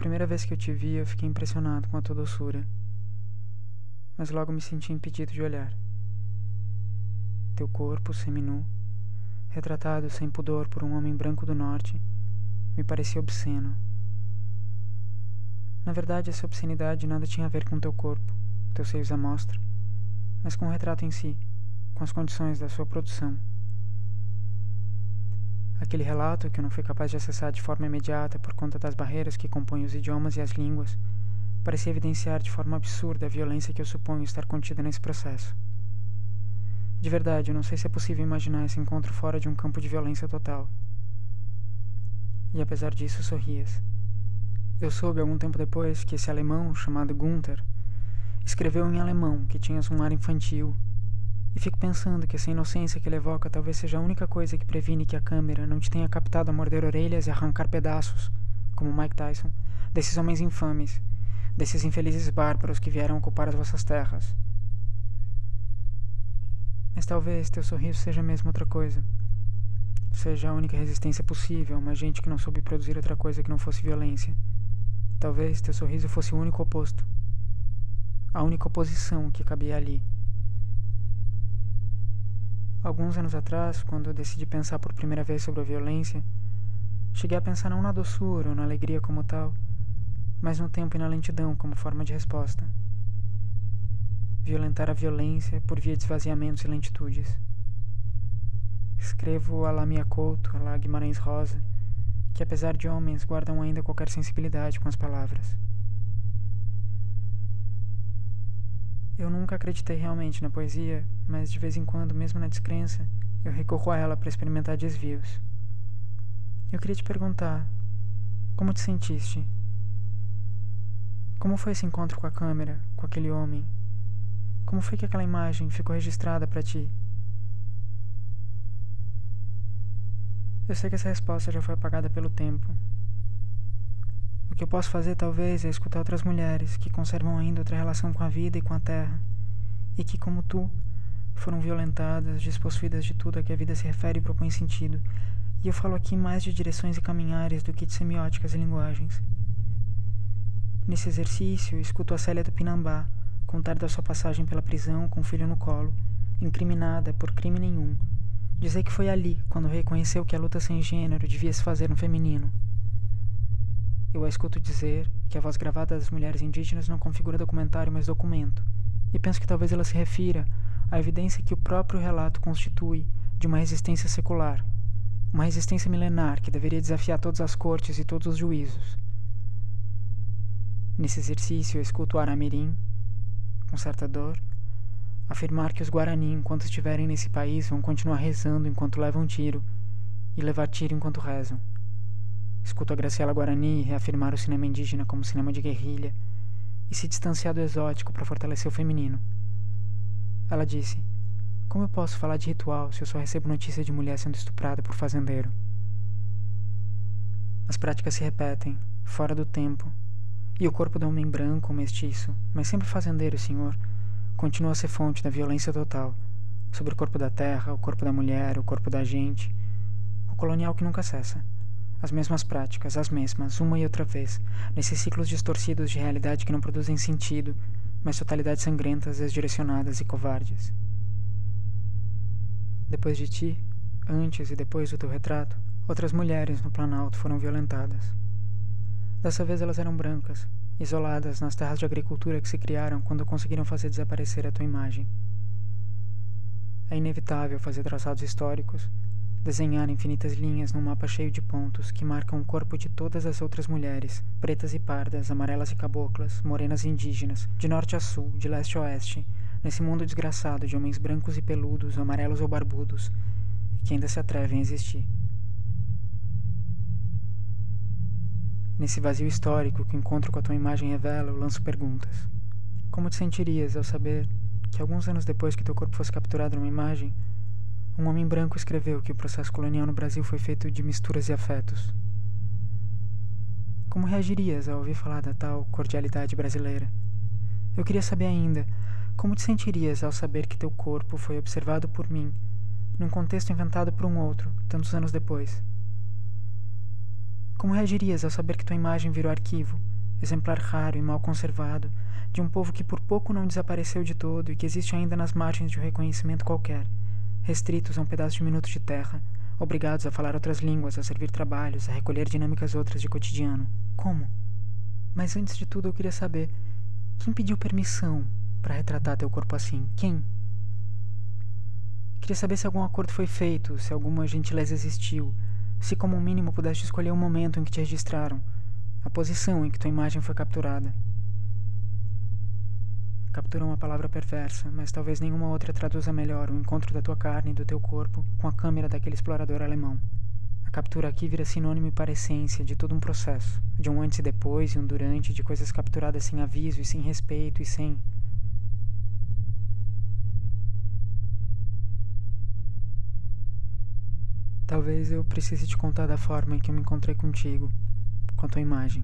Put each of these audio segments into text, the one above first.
primeira vez que eu te vi, eu fiquei impressionado com a tua doçura, mas logo me senti impedido de olhar. Teu corpo, seminu, retratado sem pudor por um homem branco do norte, me parecia obsceno. Na verdade, essa obscenidade nada tinha a ver com teu corpo, teus seios à mostra, mas com o retrato em si, com as condições da sua produção. Aquele relato, que eu não fui capaz de acessar de forma imediata por conta das barreiras que compõem os idiomas e as línguas, parecia evidenciar de forma absurda a violência que eu suponho estar contida nesse processo. De verdade, eu não sei se é possível imaginar esse encontro fora de um campo de violência total. E apesar disso, sorrias. Eu soube algum tempo depois que esse alemão, chamado Gunther, escreveu em alemão que tinhas um ar infantil, e fico pensando que essa inocência que ele evoca talvez seja a única coisa que previne que a câmera não te tenha captado a morder orelhas e arrancar pedaços, como Mike Tyson, desses homens infames, desses infelizes bárbaros que vieram ocupar as vossas terras. Mas talvez teu sorriso seja mesmo outra coisa. Seja a única resistência possível a uma gente que não soube produzir outra coisa que não fosse violência. Talvez teu sorriso fosse o único oposto. A única oposição que cabia ali. Alguns anos atrás, quando eu decidi pensar por primeira vez sobre a violência, cheguei a pensar não na doçura ou na alegria como tal, mas no tempo e na lentidão como forma de resposta. Violentar a violência por via de esvaziamentos e lentitudes. Escrevo a lá Mia Couto, a lá Guimarães Rosa, que apesar de homens guardam ainda qualquer sensibilidade com as palavras. Eu nunca acreditei realmente na poesia, mas de vez em quando, mesmo na descrença, eu recorro a ela para experimentar desvios. Eu queria te perguntar, como te sentiste? Como foi esse encontro com a câmera, com aquele homem? Como foi que aquela imagem ficou registrada para ti? Eu sei que essa resposta já foi apagada pelo tempo. O que eu posso fazer, talvez, é escutar outras mulheres que conservam ainda outra relação com a vida e com a terra, e que, como tu, foram violentadas, despossuídas de tudo a que a vida se refere e propõe sentido. E eu falo aqui mais de direções e caminhares do que de semióticas e linguagens. Nesse exercício, eu escuto a Célia Tupinambá contar da sua passagem pela prisão com o filho no colo, incriminada por crime nenhum, dizer que foi ali quando reconheceu que a luta sem gênero devia se fazer no feminino. Eu a escuto dizer que a voz gravada das mulheres indígenas não configura documentário, mas documento, e penso que talvez ela se refira à evidência que o próprio relato constitui de uma resistência secular, uma resistência milenar que deveria desafiar todas as cortes e todos os juízos. Nesse exercício eu escuto o Aramirim, com certa dor, afirmar que os Guarani, enquanto estiverem nesse país, vão continuar rezando enquanto levam tiro e levar tiro enquanto rezam. Escuto a Graciela Guarani reafirmar o cinema indígena como cinema de guerrilha e se distanciar do exótico para fortalecer o feminino. Ela disse: como eu posso falar de ritual se eu só recebo notícia de mulher sendo estuprada por fazendeiro? As práticas se repetem, fora do tempo, e o corpo do homem branco ou mestiço, mas sempre fazendeiro, senhor, continua a ser fonte da violência total, sobre o corpo da terra, o corpo da mulher, o corpo da gente, o colonial que nunca cessa. As mesmas práticas, as mesmas, uma e outra vez, nesses ciclos distorcidos de realidade que não produzem sentido, mas totalidades sangrentas, desdirecionadas e covardes. Depois de ti, antes e depois do teu retrato, outras mulheres no Planalto foram violentadas. Dessa vez elas eram brancas, isoladas nas terras de agricultura que se criaram quando conseguiram fazer desaparecer a tua imagem. É inevitável fazer traçados históricos, desenhar infinitas linhas num mapa cheio de pontos que marcam o corpo de todas as outras mulheres, pretas e pardas, amarelas e caboclas, morenas e indígenas, de norte a sul, de leste a oeste, nesse mundo desgraçado de homens brancos e peludos, amarelos ou barbudos, que ainda se atrevem a existir. Nesse vazio histórico que o encontro com a tua imagem revela, eu lanço perguntas. Como te sentirias ao saber que alguns anos depois que teu corpo fosse capturado numa imagem, um homem branco escreveu que o processo colonial no Brasil foi feito de misturas e afetos? Como reagirias ao ouvir falar da tal cordialidade brasileira? Eu queria saber ainda, como te sentirias ao saber que teu corpo foi observado por mim, num contexto inventado por um outro, tantos anos depois? Como reagirias ao saber que tua imagem virou arquivo, exemplar raro e mal conservado, de um povo que por pouco não desapareceu de todo e que existe ainda nas margens de um reconhecimento qualquer, restritos a um pedaço diminuto de terra, obrigados a falar outras línguas, a servir trabalhos, a recolher dinâmicas outras de cotidiano. Como? Mas antes de tudo eu queria saber, quem pediu permissão para retratar teu corpo assim? Quem? Queria saber se algum acordo foi feito, se alguma gentileza existiu, se como um mínimo pudeste escolher o momento em que te registraram, a posição em que tua imagem foi capturada. Captura é uma palavra perversa, mas talvez nenhuma outra traduza melhor o encontro da tua carne e do teu corpo com a câmera daquele explorador alemão. A captura aqui vira sinônimo para a essência de todo um processo, de um antes e depois e um durante, de coisas capturadas sem aviso e sem respeito e sem... Talvez eu precise te contar da forma em que eu me encontrei contigo, com a tua imagem.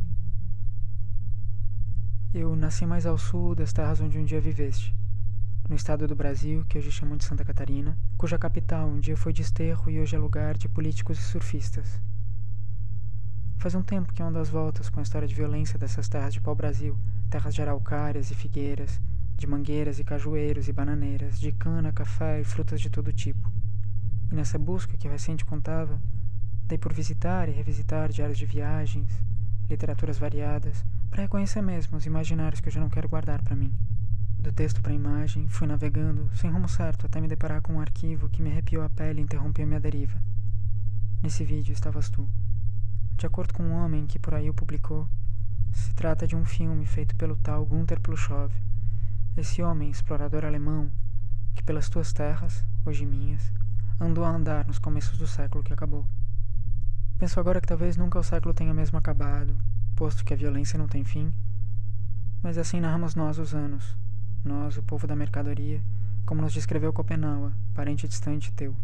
Eu nasci mais ao sul das terras onde um dia viveste, no estado do Brasil, que hoje chamam de Santa Catarina, cuja capital um dia foi desterro e hoje é lugar de políticos e surfistas. Faz um tempo que ando às voltas com a história de violência dessas terras de pau-brasil, terras de araucárias e figueiras, de mangueiras e cajueiros e bananeiras, de cana, café e frutas de todo tipo. E nessa busca que eu recente contava, dei por visitar e revisitar diários de viagens, literaturas variadas, para reconhecer mesmo os imaginários que eu já não quero guardar para mim. Do texto para a imagem, fui navegando, sem rumo certo, até me deparar com um arquivo que me arrepiou a pele e interrompeu minha deriva. Nesse vídeo estavas tu. De acordo com um homem que por aí o publicou, se trata de um filme feito pelo tal Günter Pluschow, esse homem, explorador alemão, que pelas tuas terras, hoje minhas, andou a andar nos começos do século que acabou. Penso agora que talvez nunca o século tenha mesmo acabado, posto que a violência não tem fim, mas assim narramos nós os anos, nós, o povo da mercadoria, como nos descreveu Copenau, parente distante teu.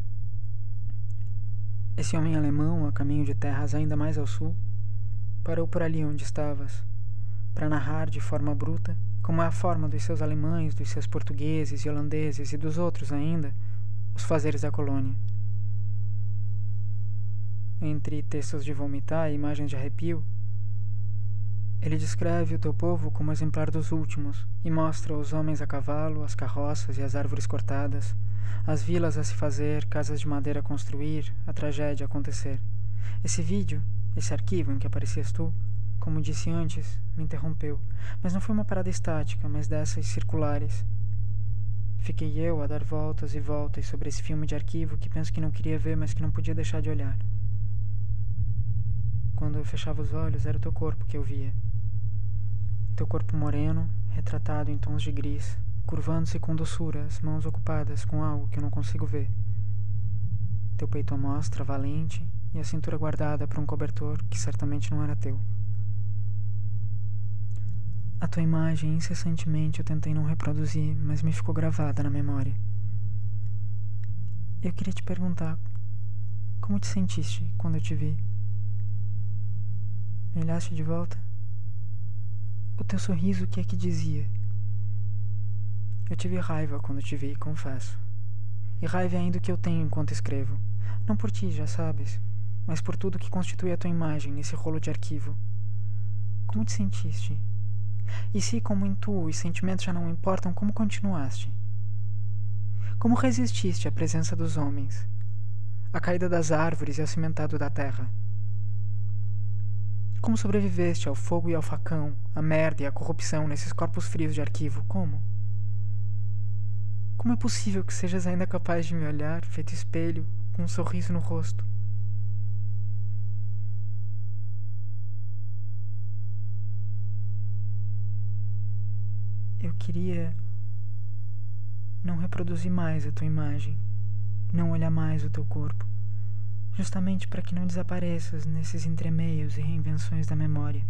Esse homem alemão, a caminho de terras ainda mais ao sul, parou por ali onde estavas, para narrar de forma bruta, como é a forma dos seus alemães, dos seus portugueses e holandeses e dos outros ainda, os fazeres da colônia. Entre textos de vomitar e imagens de arrepio, ele descreve o teu povo como exemplar dos últimos e mostra os homens a cavalo, as carroças e as árvores cortadas, as vilas a se fazer, casas de madeira a construir, a tragédia a acontecer. Esse vídeo, esse arquivo em que aparecias tu, como disse antes, me interrompeu, mas não foi uma parada estática, mas dessas circulares. Fiquei eu a dar voltas e voltas sobre esse filme de arquivo que penso que não queria ver, mas que não podia deixar de olhar. Quando eu fechava os olhos, era o teu corpo que eu via. Teu corpo moreno, retratado em tons de gris, curvando-se com doçura, as mãos ocupadas com algo que eu não consigo ver. Teu peito à mostra, valente, e a cintura guardada por um cobertor que certamente não era teu. A tua imagem, incessantemente, eu tentei não reproduzir, mas me ficou gravada na memória. Eu queria te perguntar, como te sentiste quando eu te vi? Me olhaste de volta? O teu sorriso, o que é que dizia? Eu tive raiva quando te vi, confesso. E raiva é ainda o que eu tenho enquanto escrevo. Não por ti, já sabes, mas por tudo que constitui a tua imagem nesse rolo de arquivo. Como te sentiste? E se, como em tu, os sentimentos já não importam, como continuaste? Como resististe à presença dos homens, à caída das árvores e ao cimentado da terra? Como sobreviveste ao fogo e ao facão, à merda e à corrupção nesses corpos frios de arquivo? Como? Como é possível que sejas ainda capaz de me olhar, feito espelho, com um sorriso no rosto? Eu queria não reproduzir mais a tua imagem, não olhar mais o teu corpo, justamente para que não desapareças nesses entremeios e reinvenções da memória.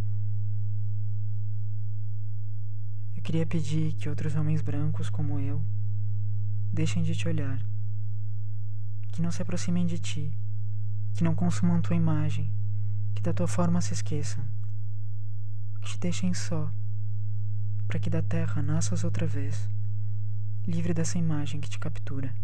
Eu queria pedir que outros homens brancos como eu deixem de te olhar, que não se aproximem de ti, que não consumam tua imagem, que da tua forma se esqueçam, que te deixem só, para que da terra nasças outra vez, livre dessa imagem que te captura.